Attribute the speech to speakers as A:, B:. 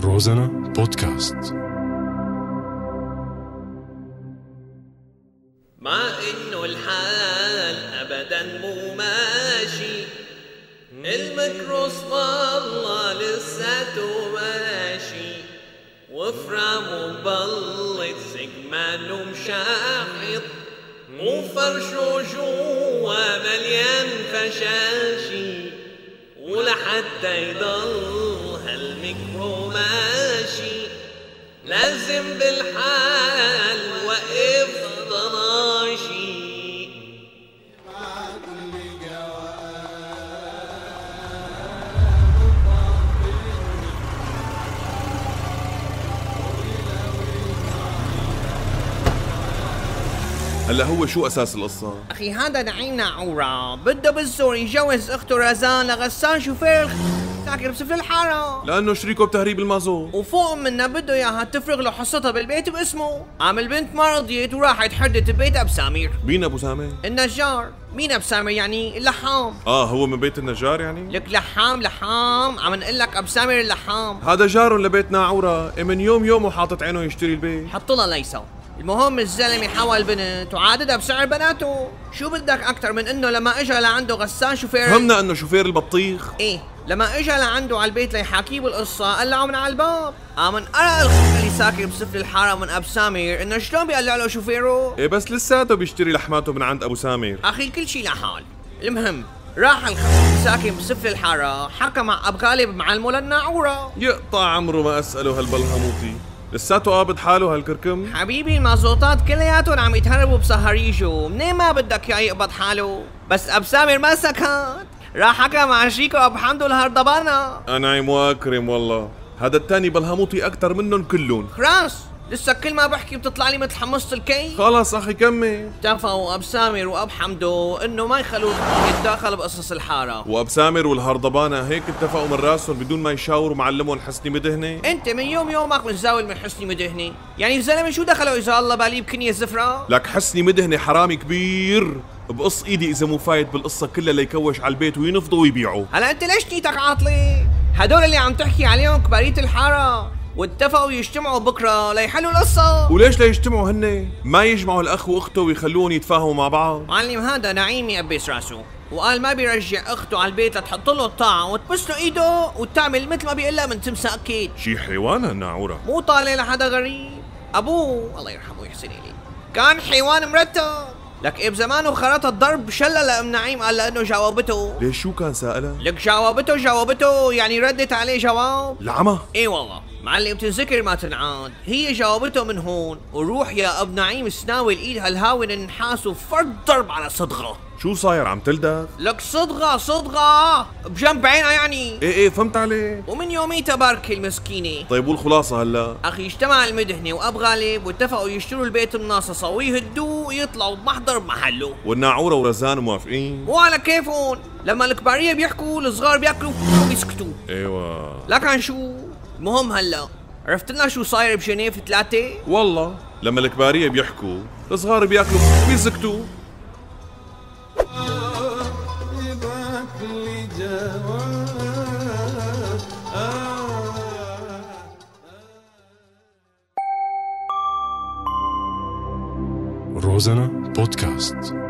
A: روزانا بودكاست.
B: مع إنه الحال أبداً مو ماشي، الميكروس والله لساته ماشي، وفرامه مبلط سجمانه مشاحط، وفرشه جوا مليان فشاشي، ولحتى يضل هالميكرو ماشي لازم بالحال وقف ضناشي.
C: هلا هو شو اساس القصه؟
B: أخي هذا نعيم ناعورة بده بالزور يجوز أخته رزان لغسان شوفير ساكن بسفل الحارة،
C: لانه شريكه بتهريب المازوت،
B: وفوق منا بده اياها تفرغ له حصتها بالبيت باسمه. عم البنت ما رضيت وراحت حدت ببيت ابو سامر.
C: مين ابو سامر؟
B: النجار. مين ابو سامر يعني؟ اللحام.
C: هو من بيت النجار يعني؟
B: لك لحام عم نقول لك ابو سامر اللحام.
C: هذا جار لبيت ناعورة، من يومه حاطط عينه يشتري البيت.
B: حط لها ليسا. المهم الزلمه حاول بنت وعاددها بسعر بناته. شو بدك اكثر من انه لما اجى لعنده غسان شوفير؟
C: فهمنا انه شوفير البطيخ.
B: ايه لما اجى لعنده على البيت ليحاكيه بالقصه قلعه من على الباب. من قرأ الخط اللي ساكن بسفل الحاره من ابو سامر انه شلون بيقلع له شوفيره.
C: ايه بس لساته بيشتري لحماته من عند ابو سامر.
B: اخي كل شيء لحال. المهم راح الخط اللي ساكن بسفل الحاره حكى مع ابو غالب معلمه للناعوره.
C: يقطع عمره ما اساله هالبلهموطي، لساته قابض حاله هالكركم.
B: حبيبي المازوطات كلياتهم عم يتهربوا بصهريجو، منين ما بدك يا يقبض حاله. بس ابو سامر ما سكت، راح حكى مع شريكه ابو حمدو الهردبانه.
C: انعم واكرم والله، هذا التاني بلهموطي اكتر منهم كلهم.
B: خلاص لسه كل ما بحكي بتطلع لي مثل حمصة الكي.
C: خلاص اخي كمل.
B: اتفقوا ابو سامر وابو حمدو انه ما يخلوه يتداخل بقصص الحاره،
C: وابو سامر والهردبانه هيك اتفقوا من راسهم بدون ما يشاوروا معلمهم حسني مدهني.
B: انت من يومك متزاول من حسني مدهني، يعني الزلمه شو دخله اذا الله بالي بكنيه زفره؟
C: لك حسني مدهني حرامي كبير، بقص ايدي اذا مو فايت بالقصه كلها ليكوش على البيت وينفضوا ويبيعوا.
B: هلا انت ليش نيتك عاطله؟ هدول اللي عم تحكي عليهم كباريه الحاره، واتفقوا يجتمعوا بكره ليحلوا القصه.
C: وليش ليجتمعوا هن؟ ما يجمعوا الاخ واخته ويخلوهم يتفاهموا مع بعض؟
B: معلم هذا نعيم يقبس راسه وقال ما بيرجع اخته على البيت لتحط له الطاعه وتبس له ايده وتعمل مثل ما بيقول لها من تمسك اكيد.
C: شي حيوان هالناعوره،
B: مو طالع لحدا غريب. ابوه الله يرحمه ويحسن اليه كان حيوان مرتب، لك بزمانه خرط الضرب شلة لأم نعيم قال لأنه جاوبته.
C: ليش شو كان سائلها؟
B: لك جاوبته يعني ردت عليه جواب
C: العمى.
B: ايه والله معلم تنذكر ما تنعاد، هي جاوبته من هون وروح يا اب نعيم سناوي الايد هالهاون النحاس وفرد ضرب على صدغه.
C: شو صاير عم تلدغ؟
B: لك صدغه بجنب عينها يعني.
C: ايه فهمت عليك.
B: ومن يوميتها باركه المسكينه.
C: طيب والخلاصه هلا؟
B: اخي اجتمع المدهني واب غالب واتفقوا يشتروا البيت مناصصه ويهدوه ويطلعوا بمحضر بمحله.
C: والناعوره ورزان موافقين؟
B: وعلى كيفهم، لما الكباريه بيحكوا الصغار بياكلوا وبيسكتوا.
C: ايوه
B: لكن شو المهم هلا عرفت لنا شو صاير بجنيف 3؟
C: والله لما الكباريه بيحكوا الصغار بياكلوا وبيسكتوا.
A: روزانا بودكاست.